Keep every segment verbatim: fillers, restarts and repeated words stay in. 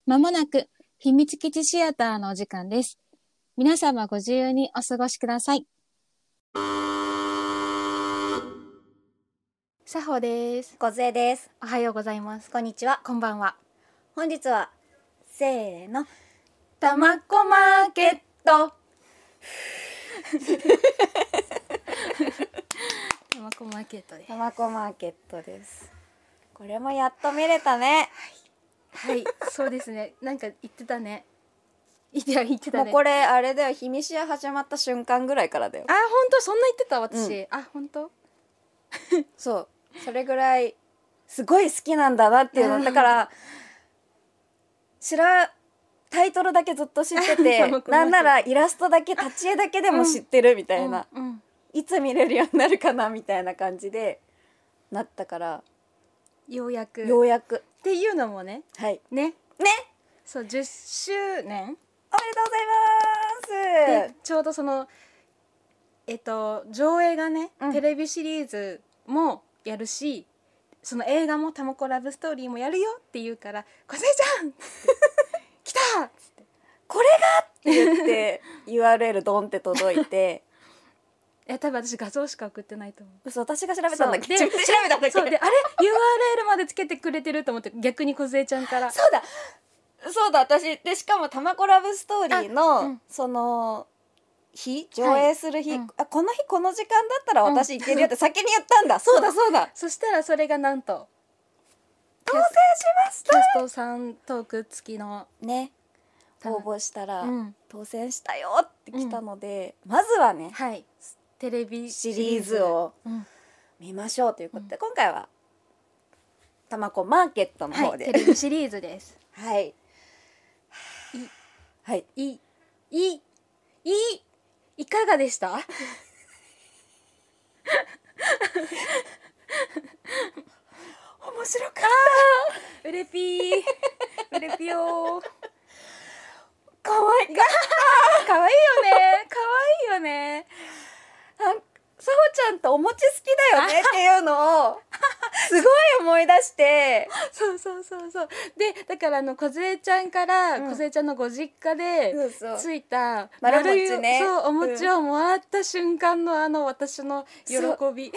まもなく秘密基地シアターのお時間です。皆様ご自由にお過ごしください。さほです。 こずえです。 おはようございます。 こんにちは。 こんばんは。 本日はせーの、 たまこマーケット。たまこマーケットです。 たまこマーケットです。これもやっと見れたね。 はい、そうですね。なんか言ってたね。言ってた言ってたね。 もうこれあれだよ。ひみしや始まった瞬間ぐらいからだよ。 あ、本当そんな言ってた私。うん、あ、本当。 そう。それぐらいすごい好きなんだなっていうのだから知らタイトルだけずっと知っててなんならイラストだけ立ち絵だけでも知ってるみたいな、 うんうんうん、 いつ見れるようになるかなみたいな感じでなったからようやくようやくっていうのもねはいねねそうじゅっしゅうねんおめでとうございます。 でちょうどそのえっと上映がね、うん、テレビシリーズもやるしその映画もたまこラブストーリーもやるよって言うから小杉ちゃん来たっつってこれがって言って ユーアールエル ドンって届いていや多分私画像しか送ってないと思う。 嘘私が調べたんだっけ。 自分で調べたんだっけ。そうであれ ユーアールエル までつけてくれてると思って逆に小杉ちゃんからそうだそうだ私でしかもたまこラブストーリーの、うん、その日上映する日、はいうん、あこの日この時間だったら私行けるよって先に言ったんだ、うん、そうだそうだそ, そしたらそれがなんと当選しました。 キャストさんトーク付きのね応募したら、うん、当選したよって来たので、うん、まずはね、 はい、テレビシリーズを見ましょうということで、うん、今回はたまこマーケットの方で、 はい、テレビシリーズですはいはいいいいいいいいかがでした面白かったうれぴーうれぴよーかわいかったかわいいよねかわいいよねさほちゃんとお餅好きだよねっていうのをすごい思い出してそうそうそうそうでだからあの小杖ちゃんから、うん、小杖ちゃんのご実家でついた丸餅ねそうお餅をもらった瞬間のあの私の喜び、 えお餅が丸い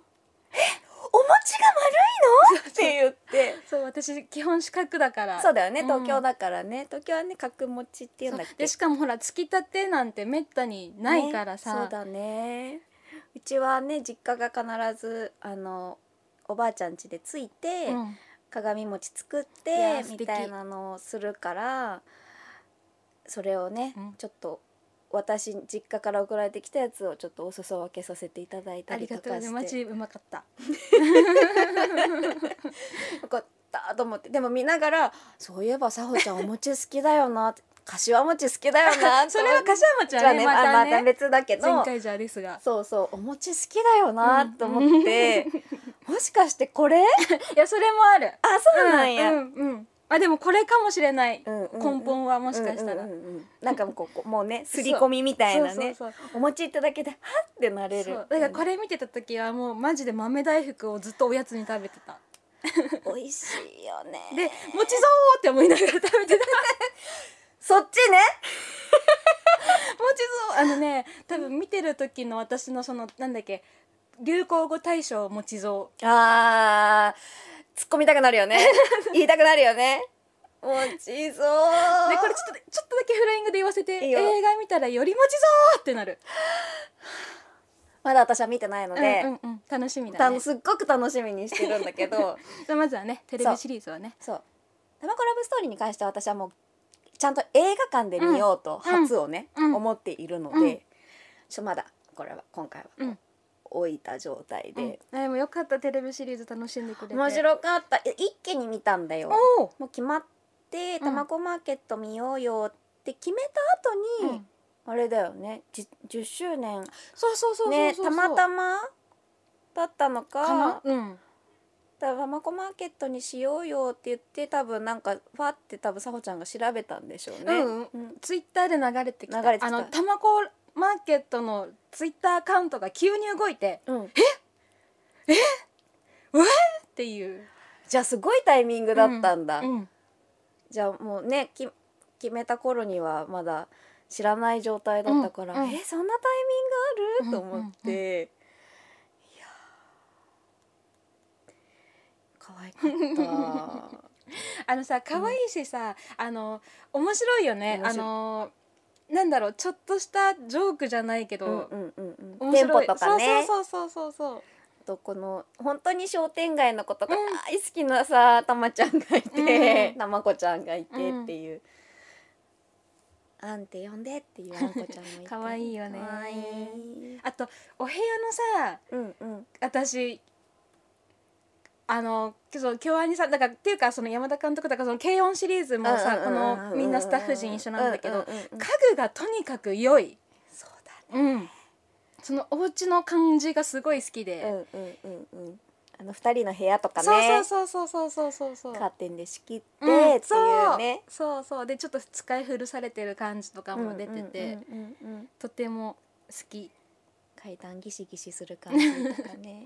のって言ってそう私基本四角だからそうだよね東京だからね、うん、東京はね角餅っていうんだっけでしかもほらつきたてなんてめったにないからさ、 ね、そうだねうちはね実家が必ずあのおばあちゃん家でついて、うん、鏡餅作ってみたいなのをするからそれをね、うん、ちょっと私実家から送られてきたやつをちょっとお裾分けさせていただいたりとかしてありがとうねマジうまかったよかったと思ってでも見ながらそういえばさほちゃんお餅好きだよなって柏餅好きだよなそれは柏餅はね、ね、 またね、また別だけど前回じゃですがそうそうお餅好きだよなと思って、うん、もしかしてこれいやそれもあるあそうなんや、 うんうんうん、あでもこれかもしれない、うんうんうん、根本はもしかしたら、うんうんうん、 なんかこうもうね刷り込みみたいなねお餅いっただけではってなれるだからこれ見てた時はもうマジで豆大福をずっとおやつに食べてた美味しいよねで餅ぞーって思いながら食べてたそっちねもちぞあのね多分見てる時の私のそのなんだっけ流行語大賞もちぞあー突っ込みたくなるよね言いたくなるよねもちぞでこれちょっとちょっとだけフライングで言わせていい映画見たらよりもちぞってなるまだ私は見てないので、 うんうんうん、楽しみだねすっごく楽しみにしてるんだけどまずはねテレビシリーズはねそうたまこラブストーリーに関しては私はもうちゃんと映画館で見ようと初をね、うん、思っているので、うん、ちょまだこれは今回はこう、うん、置いた状態で、 うん、でもよかったテレビシリーズ楽しんでくれて面白かった一気に見たんだよもう決まってたまこマーケット見ようよって決めた後に、うん、あれだよねじゅっしゅうねんそうそうそうそうそう、 ね、たまたまだったのかかな、うんたまこマーケットにしようよって言って多分なんかファって多分さほちゃんが調べたんでしょうね、 うんうん、ツイッターで流れてきた流れてきたあのたまこマーケットのツイッターアカウントが急に動いて、うん、ええうえっていうじゃあすごいタイミングだったんだ、うんうん、 じゃあもうねき決めた頃にはまだ知らない状態だったから、 うんうん、 えそんなタイミングある、と思って、うんうんうん、いや可愛かったあのさ可愛いしさ、うん、あの面白いよね。あのなんだろうちょっとしたジョークじゃないけど、うんうんうんうん、 テンポとかね、 そうそうそうそうそうとこの本当に商店街のことが大好きなさ、うん、たまちゃんがいて、うん、たまこちゃんがいてっていう、うん、あんって呼んでっていうあんこちゃんもいて可愛いよね。 可愛い。 あとお部屋のさ、うんうん、私あの京アニさんだからっていうかその山田監督だからその軽音シリーズもさ、このみんなスタッフ陣一緒なんだけど、家具がとにかく良い。 そうだね、うん、 そのお家の感じがすごい好きで、 うんうんうんうん、あのふたりの部屋とかね、 そうそうそうそうそうそうカーテンで仕切って、うん、っていうね、 そうそうそうでちょっと使い古されてる感じとかも出てて、とても好き。 階段ギシギシする感じとかね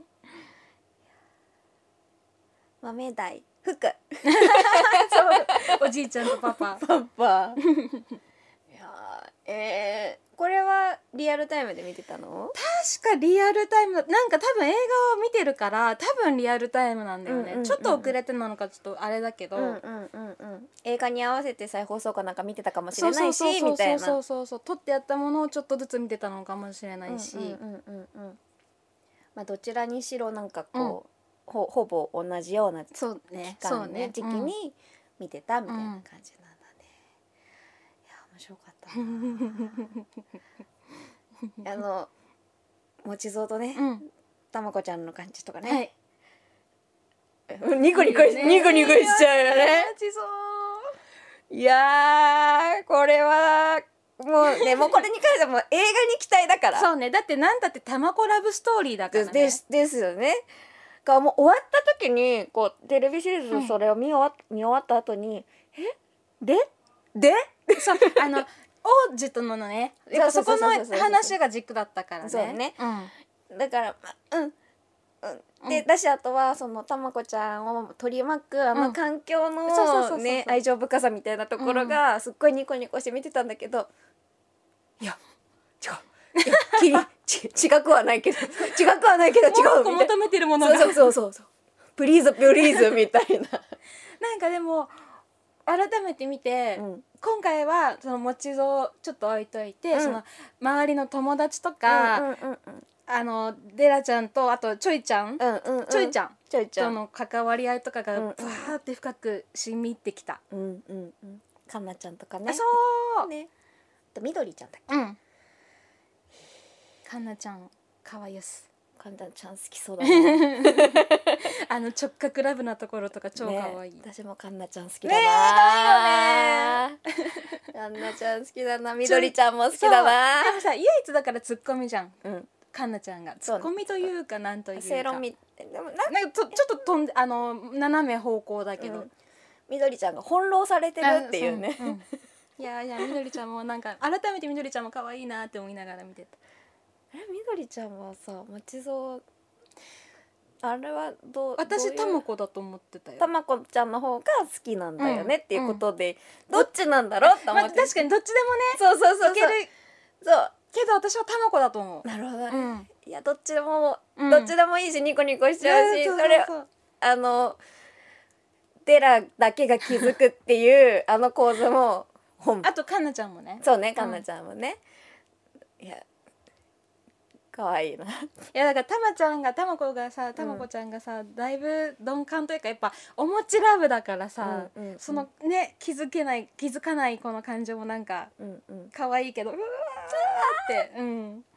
豆大福そうおじいちゃんとパパパパいやえー、これはリアルタイムで見てたの？ 確かリアルタイムなんか多分映画を見てるから多分リアルタイムなんだよね、うんうんうん、ちょっと遅れてなのかちょっとあれだけど、うんうんうんうん、映画に合わせて再放送かなんか見てたかもしれないしみたいな、 そうそうそう撮ってやったものをちょっとずつ見てたのかもしれないし、うんうんうんうん、まあどちらにしろなんかこう、うんほ, ほぼ同じような期間、ねね、時期に見てたみたいな感じなんだね、うん、いや面白かったなあのもちぞうとね、うん、たまこちゃんの感じとかね、はい、ニコニコし、ね、ニコニコしちゃうよね。もちぞういやこれはもうねもうこれに関してはもう映画に期待だからそうねだってなんだってたまこラブストーリーだからねです、ですよね。がもう終わった時にこうテレビシリーズそれを見終わ、うん、見終わった後にえででそうあの王子とのねやっぱそこの話が軸だったからね。 そうね、うん、だからまうんうんで、うん、だしあとはそのたまこちゃんを取り巻くあの環境のね愛情深さみたいなところがすっごいニコニコして見てたんだけど、 うん、いや違うきち違くはないけど違くはないけど違うみたいなもう求めてるものがそうそうそうそうプリーズプリーズみたいななんかでも改めて見て、うん、今回はそのもちぞうちょっと置いといて、うん、その周りの友達とか、うんうんうんうん、あのデラちゃんとあとちょいちゃん、うんうんうん、ちょいちゃんちょいちゃんとの関わり合いとかがブワーって深く染み入ってきた、 うんうんうん、かんなちゃんとかねそうねあとみどりちゃんだっけ、うんかんなちゃんかわいいすかんなちゃん好きそうだなあの直角ラブなところとか超かわいい、ね、 私もかんなちゃん好きだな、ね、かんなちゃん好きだなみどりちゃんも好きだな。 でもさ唯一だからツッコミじゃん、うん、かんなちゃんがツッコミというかなんというか正論みでもなんかちょっと飛んであの斜め方向だけど、うん、 みどりちゃんが翻弄されてるっていうね、うんうん、 いやいやみどりちゃんもなんか改めてみどりちゃんも可愛いなって思いながら見てた。 えみどりちゃんはさもちぞうあれはどう私たまこだと思ってたよ。 たまこちゃんの方が好きなんだよね、うん、っていうことで、うん、どっちなんだろうと思って、 まあ、確かにどっちでもねそうそうそうそういけるそうけど私はたまこだと思う。 なるほどね、うん、いやどっちでも、うん、どっちでもいいしニコニコしちゃうし、うん、それあのデラだけが気づくっていうあの構図もあとかんなちゃんもねそうねかんなちゃんもね、うん、いや可愛いな。いやだからたまちゃんがたまこがさたまこちゃんがさ、うん、だいぶ鈍感というかやっぱおもちラブだからさ、うんうんうん、そのね気づけない気づかないこの感情もなんか、うんうん、可愛いけどうわーって、うん、あるよね。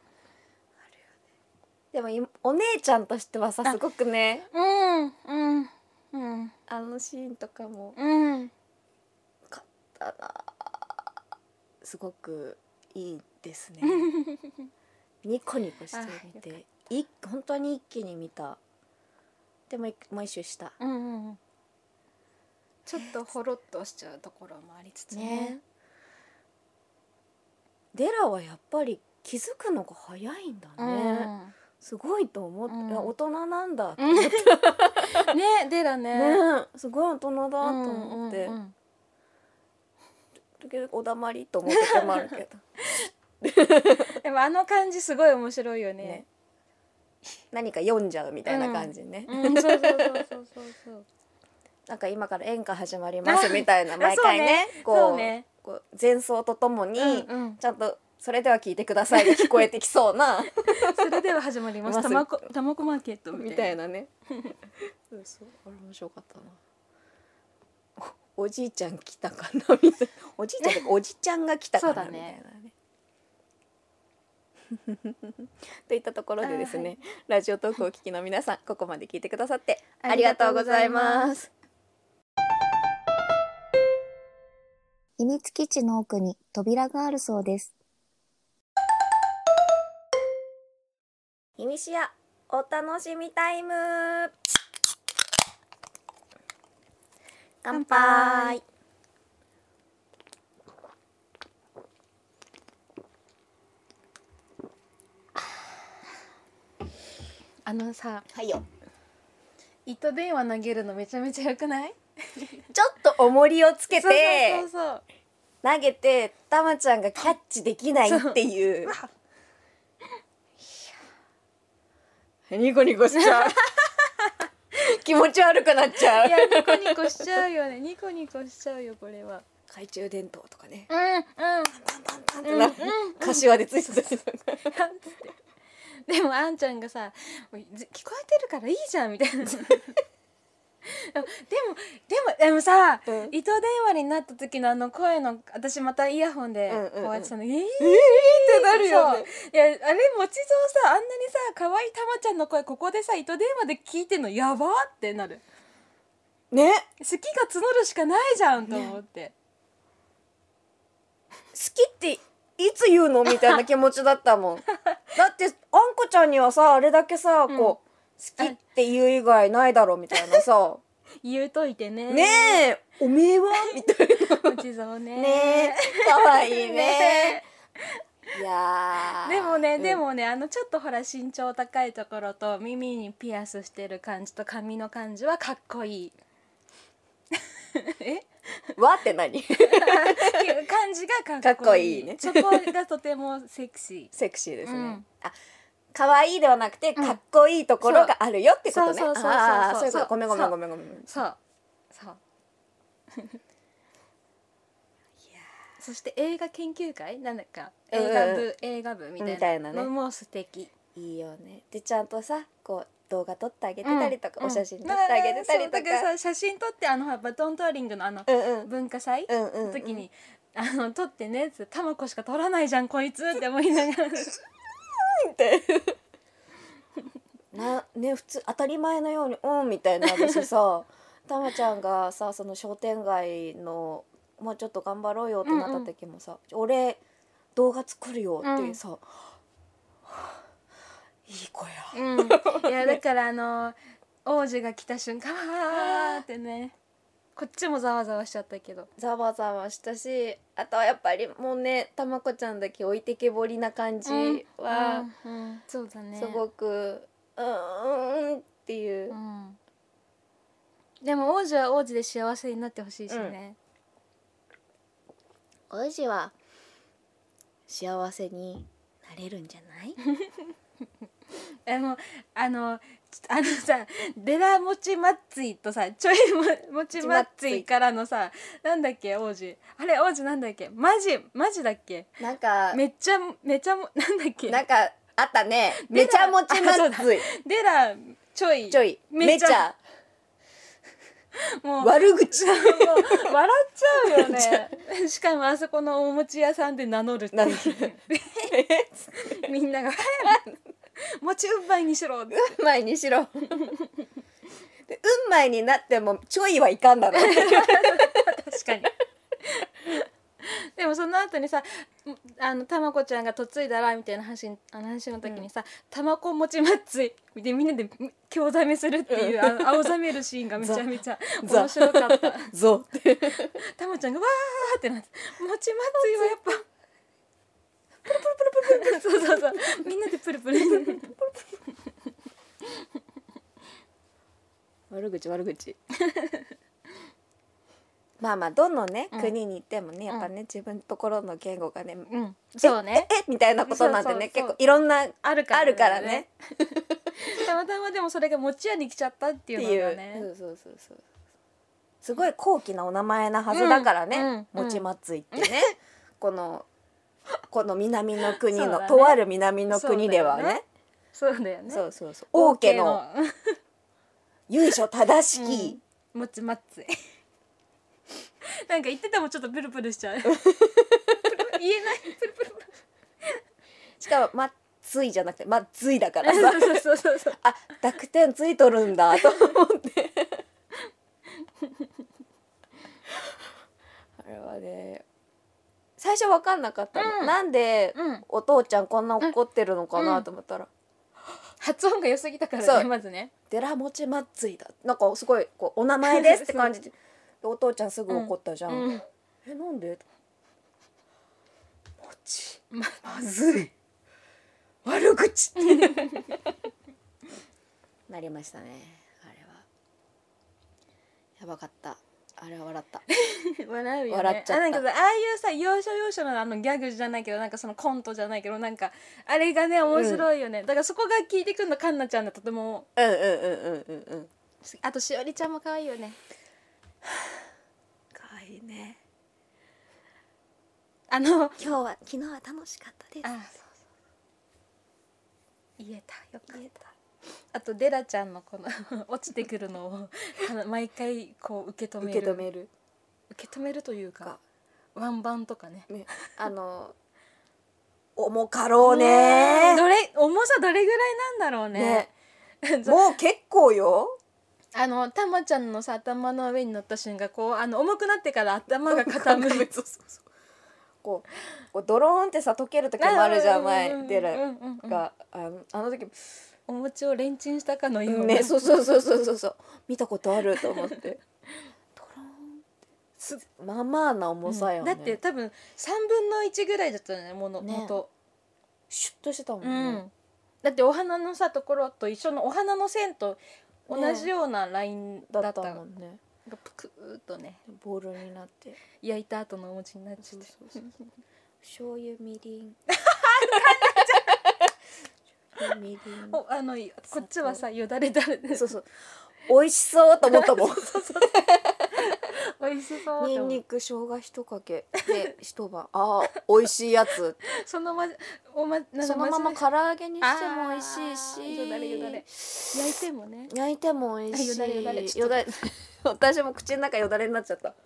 でもお姉ちゃんとしてはさすごくねうんうんうんあのシーンとかもうんかったなすごくいいですね。ニコニコしてみてい本当に一気に見た。でももう一周した、 うんうん、ちょっとほろっとしちゃうところもありつつ ね, ねデラはやっぱり気づくのが早いんだね、うん、すごいと思って、うん、大人なんだって思ったねデラ ね, ねすごい大人だと思って、うんうんうんうん、 時々おだまりと思う時もあるけどでもあの感じすごい面白いよね。 ね、何か読んじゃうみたいな感じね、 うん、うん、そうそうそうそうそうなんか今から演歌始まりますみたいな毎回ねこうねこう前奏とともに、うんうん、ちゃんとそれでは聞いてくださいが聞こえてきそうなそれでは始まりますたまこたまこマーケットみたいなねそうそう、あれ面白かったな。お, おじいちゃん来たかなみたいなおじいちゃんとかおじちゃんが来たかなみたいなねといったところでですね、はい、ラジオトークをお聞きの皆さんここまで聞いてくださってありがとうございます。 秘密基地の奥に扉があるそうです。 秘密やお楽しみタイム乾杯。 あのさ、 はいよ。 糸電話投げるのめちゃめちゃよくない？ ちょっと重りをつけてそうそうそうそう投げてたまちゃんがキャッチできないっていう。ニコニコしちゃう気持ち悪くなっちゃう。 いやニコニコしちゃうよね。ニコニコしちゃうよこれは。 懐中電灯とかね。 うんうん。 タンタンタンってな、うんうん、柏でついてたりとか。 でもあんちゃんがさ聞こえてるからいいじゃんみたいな。でもでもでもさ、うん、糸電話になった時のあの声の私またイヤホンでこうやってたの、うんうんうん、えー、えーってなるよね。いやあれもちぞうさあんなにさ可愛いたまちゃんの声ここでさ糸電話で聞いてんのやばってなるね。 好きが募るしかないじゃんと思って、ね、 好きっていつ言うのみたいな気持ちだったもんだってあんこちゃんにはさあれだけさ、うん、こう好きって言う以外ないだろみたいなさ言うといてね。 ねえおめえはみたいな。 もちぞうね。 ねえ可愛いね。いやでもね、うん、でもねあのちょっとほら身長高いところと耳にピアスしてる感じと髪の感じはかっこいい。え？ わって何？感じがかっこいい。 かっこいいね。 そこがとてもセクシー。 セクシーですね。うん、あ可愛いではなくてかっこいいところがあるよってことね。 そうそうそうそう。 ああそういうこと。ごめんごめんごめんごめん。 そうそう。いやそして映画研究会なんだか映画部、うん、映画部みたいなのも素敵。 いいよね。でちゃんとさこう動画撮ってあげてたりとか、うん、お写真撮ってあげてたりとか。 だからさ写真撮ってあのバトントーリングのあの、うんうん、文化祭の時に、うんうんうん、あの撮ってねたまこしか撮らないじゃんこいつって思いながら。 ってなね普通当たり前のようにうんみたいな私さたまちゃんがさその商店街のもうちょっと頑張ろうよってなった時もさ、うんうん、俺動画作るよってさ、うんいい子や、 うん、いやだからあの王子が来た瞬間わーってねこっちもざわざわしちゃったけどざわざわしたしあとはやっぱりもうねたまこちゃんだけ置いてけぼりな感じは、 うんうんうん、そうだねすごくうーんっていう、うん、 でも王子は王子で幸せになってほしいしね、 うん、王子は幸せになれるんじゃないあのあのあのさデラモチマッツィとさちょいもちマッツィからのさなんだっけ王子あれ王子なんだっけマジマジだっけなんかめっちゃめちゃなんだっけなんかあったねめちゃもちマッツィデラちょいちょいめちゃもう悪口もう笑っちゃうよねしかもあそこのお餅屋さんで名乗るってみんなが餅うんまいにしろってうんまいにしろでうんまいになってもちょいはいかんだろ確かにでもその後にさあのたまこちゃんが嫁いだらみたいな話あの話の時にさ、うん、たまこ餅まっついでみんなで興ざめするっていう、うん、あの青ざめるシーンがめちゃめちゃ面白かったゾたまちゃんがわーってなって餅まっついはやっぱプルプルプルプルそうそうそうみんなでプルプル悪口悪口まあまあどのね、 うん国に行ってもねやっぱね、 うん自分のところの言語がね、 うんそうねええみたいなことなんてねそうそうそう結構いろんなあるからあるからねたまたまでもそれが持ち屋に来ちゃったっていうっていうのがねそうそうそうそうすごい高貴なお名前なはずだからね、 うんうんもちまついってね、このこの南の国の、 そうだねとある南の国ではねそうだよねそうそうそう王家の由緒正しき、 もちまっついなんか言っててもちょっとプルプルしちゃう言えないプルプルプルしかもまついじゃなくてまついだからさそうそうそうそうそうあ濁点ついとるんだと思ってあれはね最初分かんなかったの、 うんなんでうんお父ちゃんこんな怒ってるのかなと思ったら、 発音が良すぎたからそうねまずね寺持まついだなんかすごいこうお名前ですって感じででお父ちゃんすぐ怒ったじゃん、 うんえなんでもちままずい悪口なりましたねあれはやばかったあれは笑った笑うよね笑っちゃったあなんかさああいうさ要所要所のあのギャグじゃないけどなんかそのコントじゃないけどなんかあれがね面白いよね、だからそこが聞いてくるのカンナちゃんがとてもうんうんうんうんうんうんあとしおりちゃんも可愛いよねかわいいねあの今日は昨日は楽しかったですあそうそう言えたよかったあとデラちゃんのこの落ちてくるのをあの毎回こう受け止め受るけ止める受け止めるというかワンバンとかねねあの重かろうねどれ重さどれぐらいなんだろうねねもう結構よあのたまちゃんのさ頭の上に乗った瞬間こうあの重くなってから頭が傾いてそうそうそうこうこうドローンってさ溶ける時もあるじゃん前デラがあのあの時もお餅をレンチンしたかのような、 ねそうそうそうそうそうそう見たことあると思ってドローンってまあまあな重さよね、 うんだって多分さんぶんのいちぐらいだったよねもの、 ね元シュッとしてたもんうね、 んだってお花のさところと一緒のお花の線と同じようなラインだっ,、 だったたもんねがぷくーっとねボールになって焼いた後のお餅になっちゃってそうそうそう醤油みりんみりんおあのこっちはさよだれだれでそうそう美味しそうと思ったもん美味しそうって思うにんにく生姜一かけで一晩あー美味しいやつそのまおまなんかそのまま真面唐揚げにしても美味しいあしーよだれよだれ目焼いてもね焼いても美味しいよだれよだれよだれ私も口の中よだれになっちゃった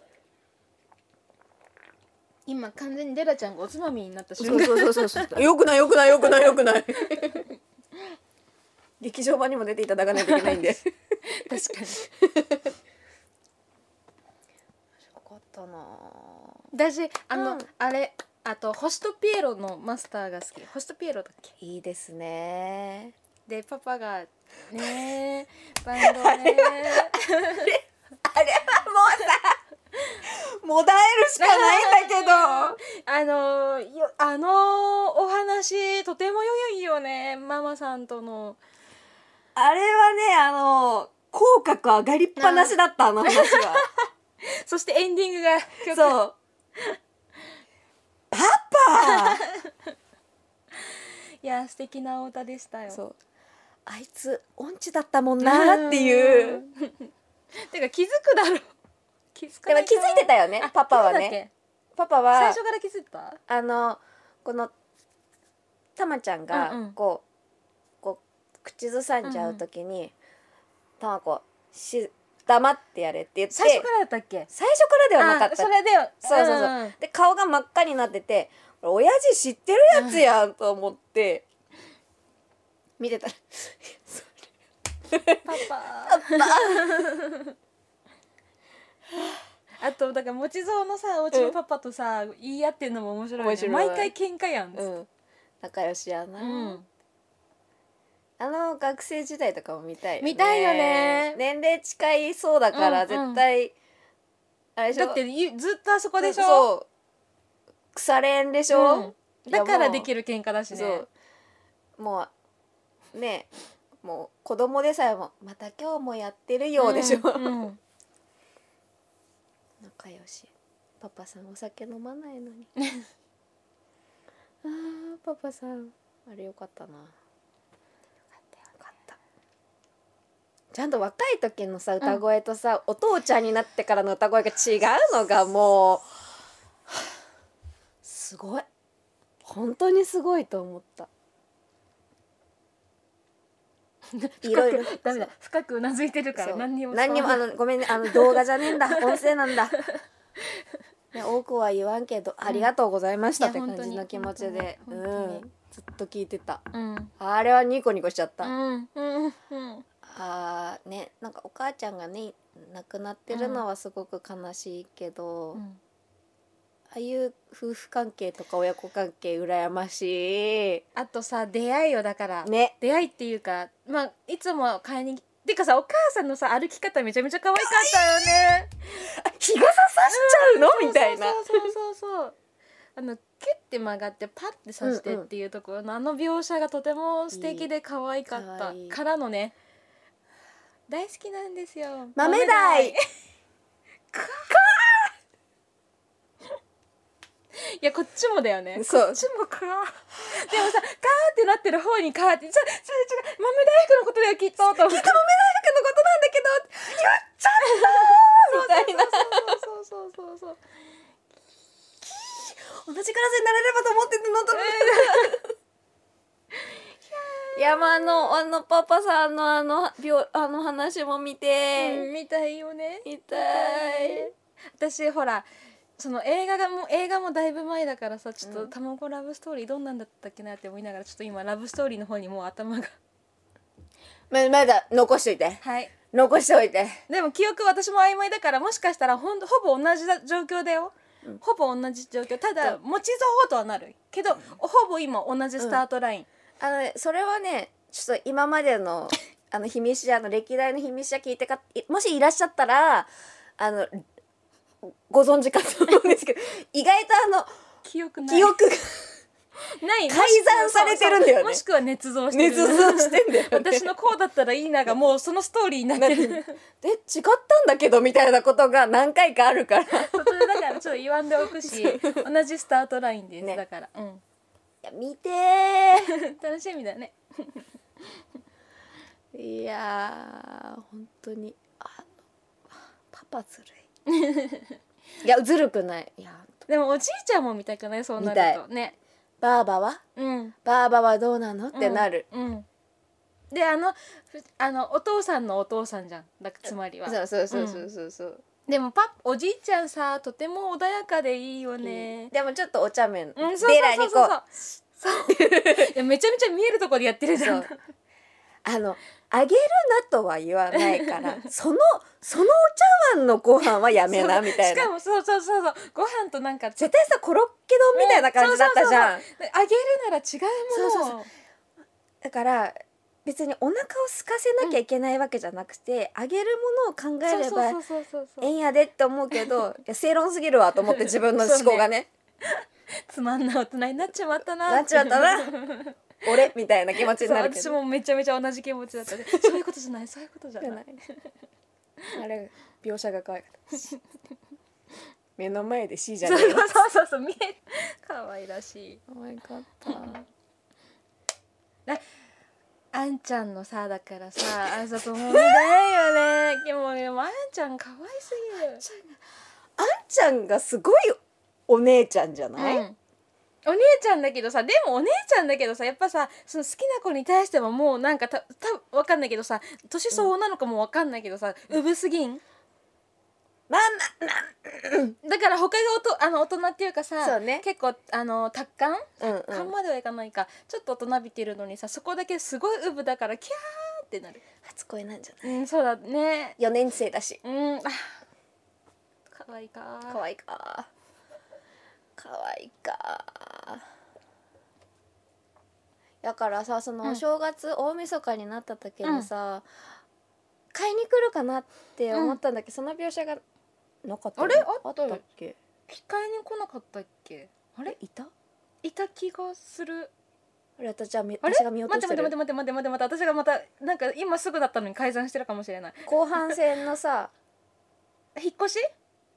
今完全にデラちゃんがおつまみになった瞬そう間そうそうそうよくないよくないよくないよくない劇場版にも出ていただかないといけないんで確かによかったな私あの、 うんあれあとホストピエロのマスターが好きホストピエロだっけいいですねでパパがねバンドねあれはもうさもだえるしかないんだけどあのよあのお話とても良いよねママさんとのあれはねあの口角上がりっぱなしだったあの話はそしてエンディングがそうパパいや素敵なお歌でしたよそうあいつ音痴だったもんなっていうてか気づくだろ気づかないでも気づいてたよねあパパはそうだっけねパパは最初から気づいたあのこのたまちゃんがうんうんこう、こう口ずさんじゃう時に、たまこし黙ってやれって言って最初からだったっけ最初からではなかったあそれでよそうそうそう、 んんで顔が真っ赤になっててこれ親父知ってるやつやんと思って見てたらパパあとだからもちぞうのさお家のパパとさ、言い合ってんのも面白いね面白い毎回喧嘩やん、 うん仲良しやな、 うんあの学生時代とかも見たいよね見たいよね年齢近いそうだからうんうん絶対、あれでしょだってゆずっとあそこでしょそう腐れんでしょ、 うん、だからできるる喧嘩だしねそうもうねもう子供でさえもまた今日もやってるようでしょ、 うんうんなんか仲良し。パパさんお酒飲まないのにあーパパさんあれよかったな。よかったよかった。ちゃんと若い時のさ歌声とさ、うん、お父ちゃんになってからの歌声が違うのがもうすごい、本当にすごいと思った。 いろいろダメだ、深くうなずいてるから何にも何にもあのごめんね、あの動画じゃねえんだ音声なんだね、多くは言わんけど、うん、ありがとうございましたって感じの気持ちで、うん、ずっと聞いてた、うん、あれはニコニコしちゃった、うんうんうん、あーね、なんかお母ちゃんがね亡くなってるのはすごく悲しいけど、うん、ああいう夫婦関係とか親子関係羨ましい。 あとさ出会いよ、だから、 ね、 出会いっていうか、まあいつも買いにてかさ、お母さんのさ歩き方めちゃめちゃ可愛かったよね日傘さしちゃうの、うん、みたいな。 そうそうそうそうあのキュッて曲がってパッてさしてっていうところの、うんうん、あの描写がとても素敵で可愛かった。いいからのね、大好きなんですよ豆大かいやこっちもだよね。 そう、 こっちもかでもさ、カーってなってる方にカーってちょちょちょ豆大福のことだよきっとと思って、きっと豆大福のことなんだけど言っちゃったみたいな。そうそうそうそうそう同じクラスになれればと思っててのといや、まあ、あのあのパパさんのあの病あの話も見て、 うん、見たいよね。 見たい。 私ほらその映画がも映画もだいぶ前だからさ、ちょっと卵ラブストーリーどんなんだったっけなって思いながら、ちょっと今ラブストーリーの方にもう頭がままだ残しといて、 はい、 残しておいて。 でも記憶私も曖昧だから、もしかしたらほんほぼ同じ状況だよ、うん、ほぼ同じ状況。ただ持ちそうとはなるけど、うん、ほぼ今同じスタートライン、 うん、あのね、それはねちょっと今までのあの秘密者の歴代の秘密者聞いてかもしいらっしゃったらあのご存知かと思うんですけど意外とあの記憶ない記憶がない改ざんされてるんだよね。 もしくは捏造してる。 捏造してんだよね。 私のこうだったらいいながもうそのストーリーになってる。 で違ったんだけどみたいなことが何回かあるから。 それだからちょっと言わんでおくし、同じスタートラインです、ね、だから。うん。いや見てー楽しみだね。 いやー本当にあパパずるい。いやずるくない。いやでもおじいちゃんも見たくない？そうなるとね。 バーバは、うん、バーバはどうなのってなる、 うんうん、であのあのお父さんのお父さんじゃんだつまりは。 そうそうそうそうそうそう、 うん、でもパおじいちゃんさとても穏やかでいいよね、 うん、でもちょっとお茶目、うん、 そうそうそうそうそういやめちゃめちゃ見えるところでやってるじゃん。 あのあげるなとは言わないからそのそのお茶碗のご飯はやめなみたいな。 しかもそうそうそうそうご飯となんか絶対さコロッケ丼みたいな感じだったじゃん。あげるなら違うもの。そうそうそうだから別にお腹を空かせなきゃいけないわけじゃなくて、うん、あげるものを考えればええんやでって思うけどいや正論すぎるわと思って自分の思考がねつまんない大人になっちまったななっちまったな俺みたいな気持ちになるけど、 私もめちゃめちゃ同じ気持ちだったね。そういうことじゃないそういうことじゃないあれ描写が可愛かった目の前で C じゃないそうそうそうそう見え可愛らしい。 可愛かったあんちゃんのさだからさあそこも見たいよね。でもでもあんちゃん可愛すぎる。 あんちゃんがすごいお姉ちゃんじゃない、うんお姉ちゃんだけどさ、でもお姉ちゃんだけどさ、やっぱさその好きな子に対してももうなんかたたわかんないけどさ、年相応なのかもわかんないけどさ、うぶすぎん。 まあまあ、 だから他がおとあの大人っていうかさ、 そうね、 結構あの達観、 うんうん、 達観まではいかないか、ちょっと大人びてるのにさ、そこだけすごいうぶだからキャーってなる。 初恋なんじゃない？ うん、そうだね。 よねん生だし。 うん、あ、可愛いか。 可愛いか。可愛いか。だからさ、そのお正月、うん、大晦日になった時にさ、うん、買いに来るかなって思ったんだけど、うん、その描写がなかった。 あれあったっけ？ 買いに来なかったっけ？あれいた？ いた気がする。 あれ私は私が見落としてる。 待って待って待って待って待って待って私がまたなんか今すぐだったのに改ざんしてるかもしれない。 後半戦のさ引っ越し？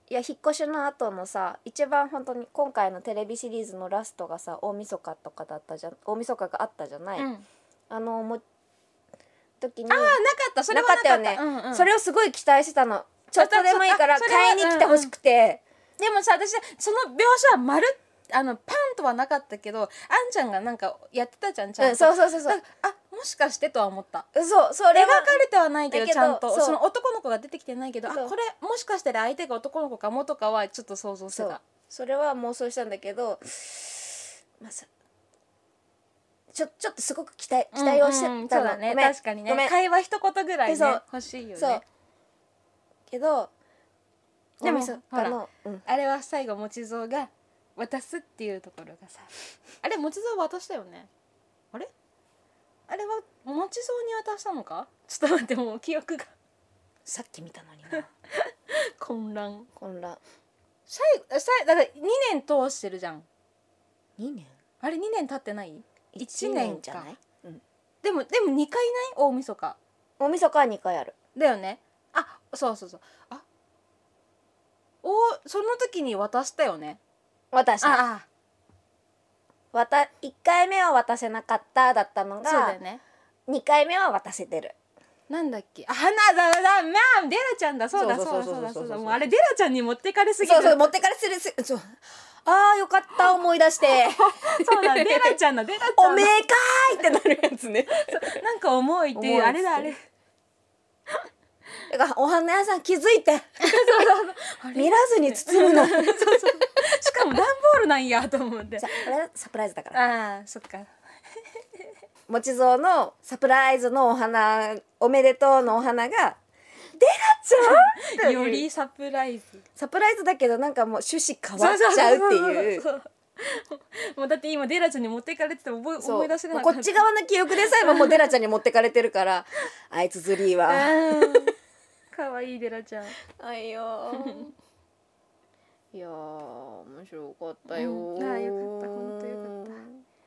いや引っ越しの後のさ一番本当に今回のテレビシリーズのラストがさ大晦日とかだったじゃん大晦日があったじゃない、 うん、 あのも時にああなかったそれはなかったなかったよね、 うんうん、 それをすごい期待してたの。ちょっとでもいいから買いに来てほしくて、 うんうん、でもさ私その描写はまるあのパンとはなかったけどあんちゃんがなんかやってたじゃんちゃんと、 うん、そうそうそうそうあもしかしてとは思った。 そうそれ描はかれてはないけどだけどちゃんと そ, そうの男の子が出てきてないけどあそうこれもしかしたら相手が男の子かもとかはちょっと想像してそうた。 それは妄想したんだけど、まあ、さちょちょっとすごく期待期待をしてたの、 うんうん、そうだねごめん確かにごめんね会話一言ぐらいねそう欲しいよね。 そうけどでも大晦日ほらの、うん、 あれは最後もちぞうが渡すっていうところがさあれもちぞう渡したよね。あれあれはもちぞうに渡したのかちょっと待ってもう記憶がさっき見たのにな混乱混乱最後さだからにねん通してるじゃん。 にねんあれにねん経ってない ?いちいちねん年かじゃない、うん、 でもでもにかいない大晦日大晦日はにかいある。 だよね。あそうそうそうあおその時に渡したよね。 私ああわたいっかいめは渡せなかっただったのがそうだよね。 にかいめは渡せてる。 なんだっけあ花だだだまあデラちゃんだそうだそうだそうだそうだもうあれデラちゃんに持ってかれすぎる。 そうそう持ってかれするすそうあーよかった思い出してそうだデラちゃんだデラちゃんおめえかーいってなるやつねなんか重いっていうあれだあれだからお花屋さん気づいて見らずに包むのそうそうしかも段ボールなんやと思ってさこれサプライズだからああそっかもちぞうのサプライズのお花おめでとうのお花がデラちゃんよりサプライズサプライズだけどなんかもう趣旨変わっちゃうっていうもうだって今デラちゃんに持っていかれてて思い思い出せなかった。 こっち側の記憶でさえももうデラちゃんに持ってかれてるからあいつずりーわかわいいデラちゃんあいよいやー面白かったよー、 うん、あーよかった本当よかった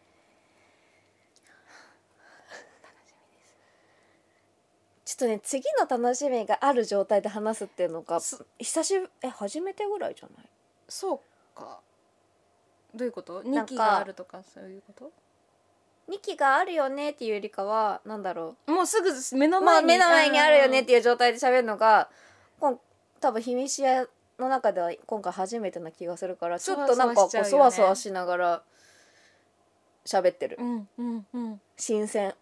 ちょっとね次の楽しみがある状態で話すっていうのが久しぶりえ初めてぐらいじゃない？ そうかどういうこと？になんかきがあるとかそういうこと？ にきがあるよねっていうよりかはなんだろもうすぐ目のうまあ前に、 目の前にあるよねっていう状態で喋るのがこん多分ひみしやの中では今回初めてな気がするからちょっとなんかこうそわそわしながら喋ってる、 うんうんうん新鮮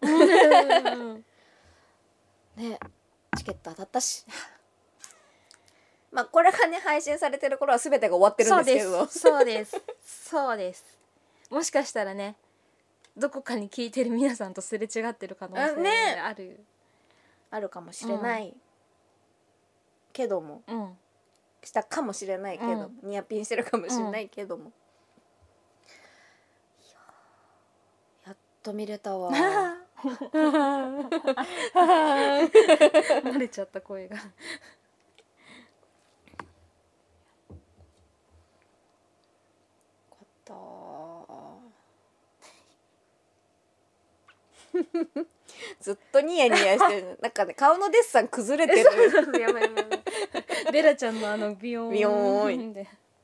ねチケット当たったしまあこれがね配信されてる頃は全てが終わってるんですけどそうですそうですそうですもしかしたらねどこかに聞いてる皆さんとすれ違ってる可能性ねあるあるかもしれない、うん、けども、 うん、 したかもしれないけど、うん、ニアピンしてるかもしれないけども、うん、やっと見れたわ慣れちゃった声がずっとニヤニヤしてるなんかね顔のデッサン崩れてるやばいやばいやばいベラちゃんのあのビヨーンビヨーンで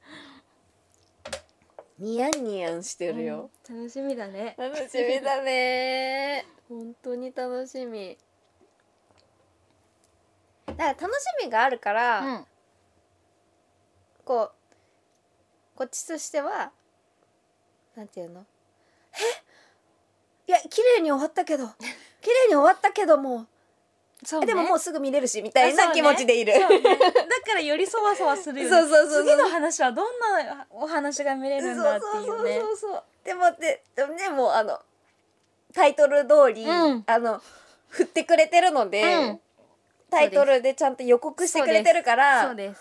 ニヤニヤしてるよ、 うん、楽しみだね楽しみだね本当に楽しみだから楽しみがあるから、うん、こうこっちとしてはなんていうのえいや綺麗に終わったけど綺麗に終わったけどもそう、ね、でももうすぐ見れるしみたいな気持ちでいる、ねね、 だからよりそわそわするよねそうそうそうそう次の話はどんなお話が見れるんだっていうねそうそうそうそうでもででもねもうあのタイトル通り、うん、あの振ってくれてるので、うん、タイトルでちゃんと予告してくれてるからそうです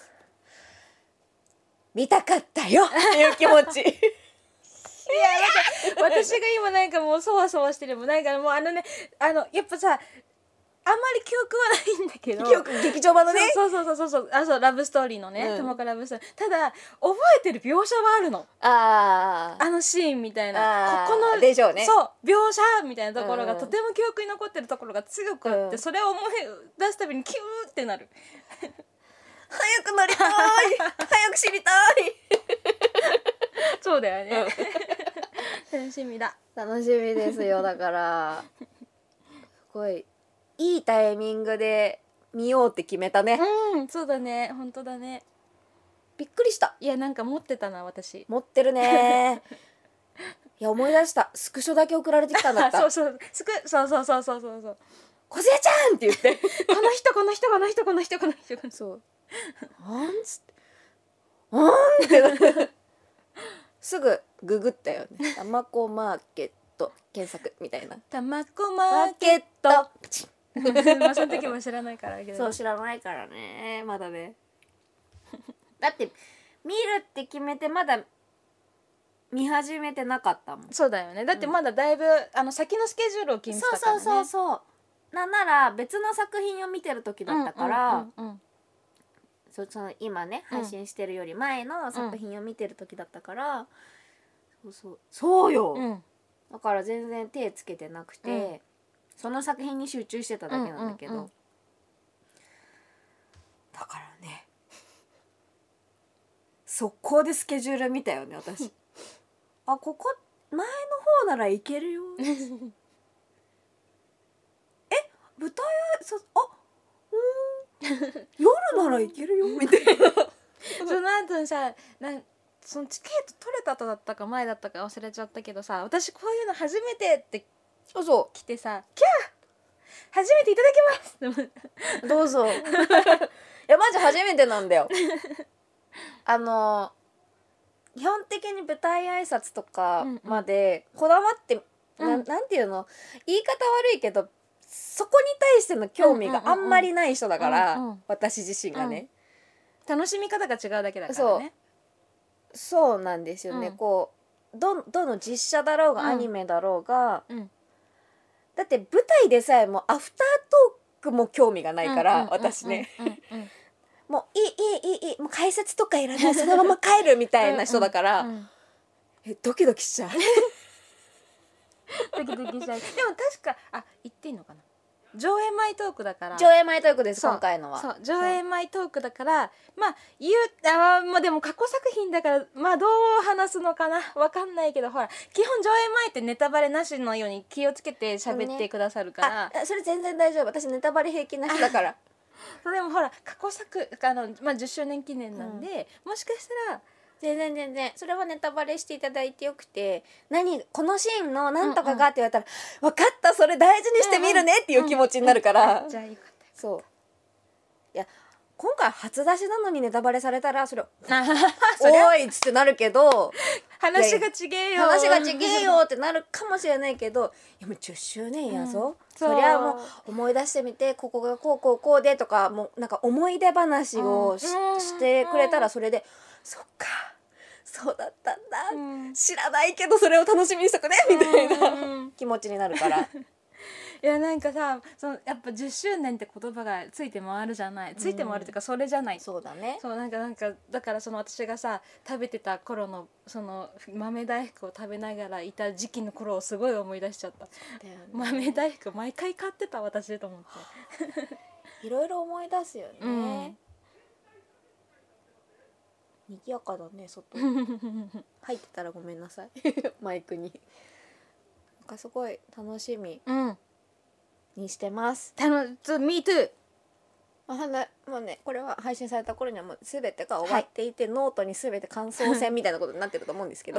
見たかったよっていう気持ちいやなんか私が今なんかもうそわそわしてるもんなんかもうあのねあのやっぱさあんまり記憶はないんだけど記憶劇場版のねそうそうそうそうそうあそうラブストーリーのね、うん、友果ラブストーリーただ覚えてる描写はあるのああのシーンみたいなここのでしょうねそう描写みたいなところが、うん、とても記憶に残ってるところが強くあって、うん、それを思い出すたびにキューってなる早くなりたい早く知りたいそうだよね楽しみだ。 楽しみですよ。だからすごいいいタイミングで見ようって決めたね。 うんそうだね本当だね。 びっくりした。 いやなんか持ってたな私。 持ってるねいや思い出した。スクショだけ送られてきたんだったそうそうすくそうそうそうそうそうそう小杉ちゃんって言ってこの人この人この人この人この人この人そうあんつってあんってすぐググったよね。たまこマーケット検索みたいな。 たまこマーケットまあその時も知らないからけどそう知らないからねまだねだって見るって決めてまだ見始めてなかったもん。 そうだよね。だってまだだいぶ、うん、あの先のスケジュールを決めてたからね。 そうそうそうそうなんなら別の作品を見てる時だったから、うんうんうんうんそその今ね配信してるより前の作品を見てる時だったから、うん、そうそうそうよ、うん、だから全然手つけてなくて、うん、その作品に集中してただけなんだけど、うんうんうん、だからね速攻でスケジュール見たよね私あここ前の方ならいけるよえ舞台そあ夜ならいけるよみたいなその後にさなんそのチケット取れた後だったか前だったか忘れちゃったけどさ私こういうの初めてってそうそう来てさキャー初めていただきますどうぞいやマジ初めてなんだよあの基本的に舞台挨拶とかまでこだわって、うんうん、な, なんていうの言い方悪いけどそこに対しての興味があんまりない人だから、うんうんうん、私自身がね、 うん、楽しみ方が違うだけだからね。 そうそうなんですよね、うん、こう ど, どの実写だろうがアニメだろうが、うん、だって舞台でさえもアフタートークも興味がないから、うんうん、私ね、うんうん、もういいいいいいいもう解説とかいらないそのまま帰るみたいな人だからうん、うん、えドキドキしちゃうドキドキしちゃう。でも確かあ言っていいのかな上映前トークだから上映前トークです今回のはそう上映前トークだからまあ言うあまあでも過去作品だからまあどう話すのかなわかんないけどほら基本上映前ってネタバレなしのように気をつけて喋ってくださるから、 ね、あそれ全然大丈夫私ネタバレ平気な人だからでもほら過去作あの、まあ、じゅっしゅうねん記念なんで、うん、もしかしたら全然全然それはネタバレしていただいてよくて何このシーンのなんとかがって言われたら、うんうん、分かったそれ大事にしてみるねっていう気持ちになるから、 うんうん、じゃあよかったそういや今回初出しなのにネタバレされたらそれおいっつってなるけど話がちげえよ話がちげえよってなるかもしれないけどいやもうじゅっしゅうねんやぞ、うん、そりゃもう思い出してみてここがこうこうこうでとかもうなんか思い出話を し,、うん、してくれたらそれでそっかそうだったんだ、うん、知らないけどそれを楽しみにしとくねみたいな、うん、気持ちになるからいやなんかさそのやっぱじゅっしゅうねんって言葉がついて回るじゃないついて回るっていうかそれじゃない、うん、 そうだねそうなんかなんかだからその私がさ食べてた頃のその豆大福を食べながらいた時期の頃をすごい思い出しちゃった、ね、豆大福毎回買ってた私と思っていろいろ思い出すよね、うん賑やかだね外入ってたらごめんなさいマイクになんかすごい楽しみにしてます、 うん、たの Me too あもうねこれは配信された頃にはもう全てが終わっていて、はい、ノートに全て感想戦みたいなことになってると思うんですけど、うん、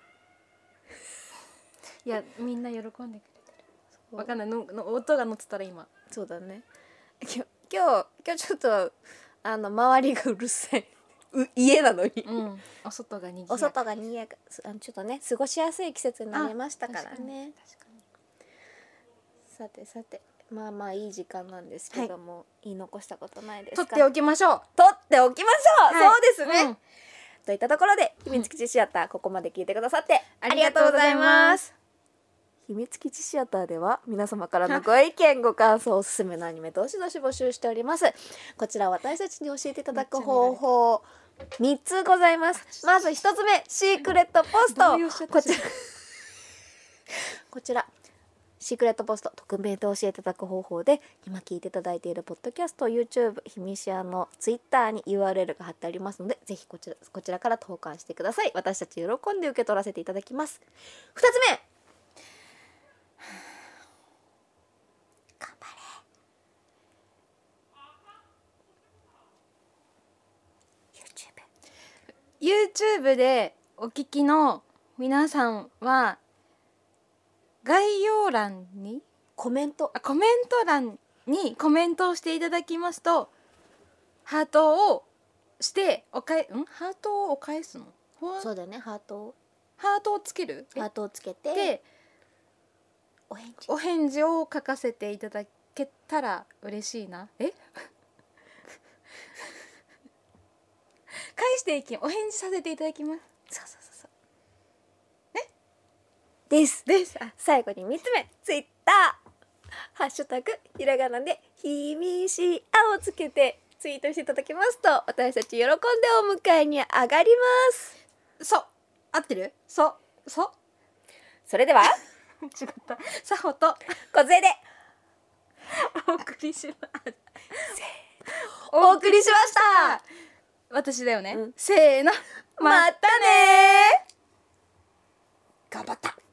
いやみんな喜んでくれてるわかんないのの音が乗ってたら今そうだね今日今日ちょっとあの周りがうるさいう家なのに、 うん、お外がにぎやかお外がにぎやかあのちょっとね過ごしやすい季節になりましたからね。確かに確かにさてさてまあまあいい時間なんですけども、はい、言い残したことないですか。 取っておきましょう取っておきましょう、はい、そうですね、うん、といったところで秘密基地シアターここまで聞いてくださってありがとうございます。秘密基地シアターでは皆様からのご意見ご感想おすすめのアニメどしどし募集しております。こちら私たちに教えていただく方法みっつございます。まずひとつめシークレットポストこちらこちらシークレットポスト匿名で教えていただく方法で、今聞いていただいているポッドキャスト、 YouTube、 ひみしやの Twitter に ユーアールエル が貼ってありますので、ぜひこちらこちらから投函してください。私たち喜んで受け取らせていただきます。ふたつめ、頑張れ YouTube。 YouTube でお聞きの皆さんは概要欄にコメントあコメント欄にコメントをしていただきますと、ハートをしておかえんハートをお返すのそうだよね、ハートをハートをつけるハートをつけてでお返事お返事を書かせていただけたら嬉しいな。え返していきお返事させていただきます。 そうそうそうそうねですですあ最後にみっつめ、ツイッターハッシュタグひらがなでひみしあをつけてツイートしていただきますと、私たち喜んでお迎えに上がります。 そう合ってるそうそうそれでは違ったさほと小杖でお送りしますお送りしました私だよね、 うんせーのまたねー。頑張った。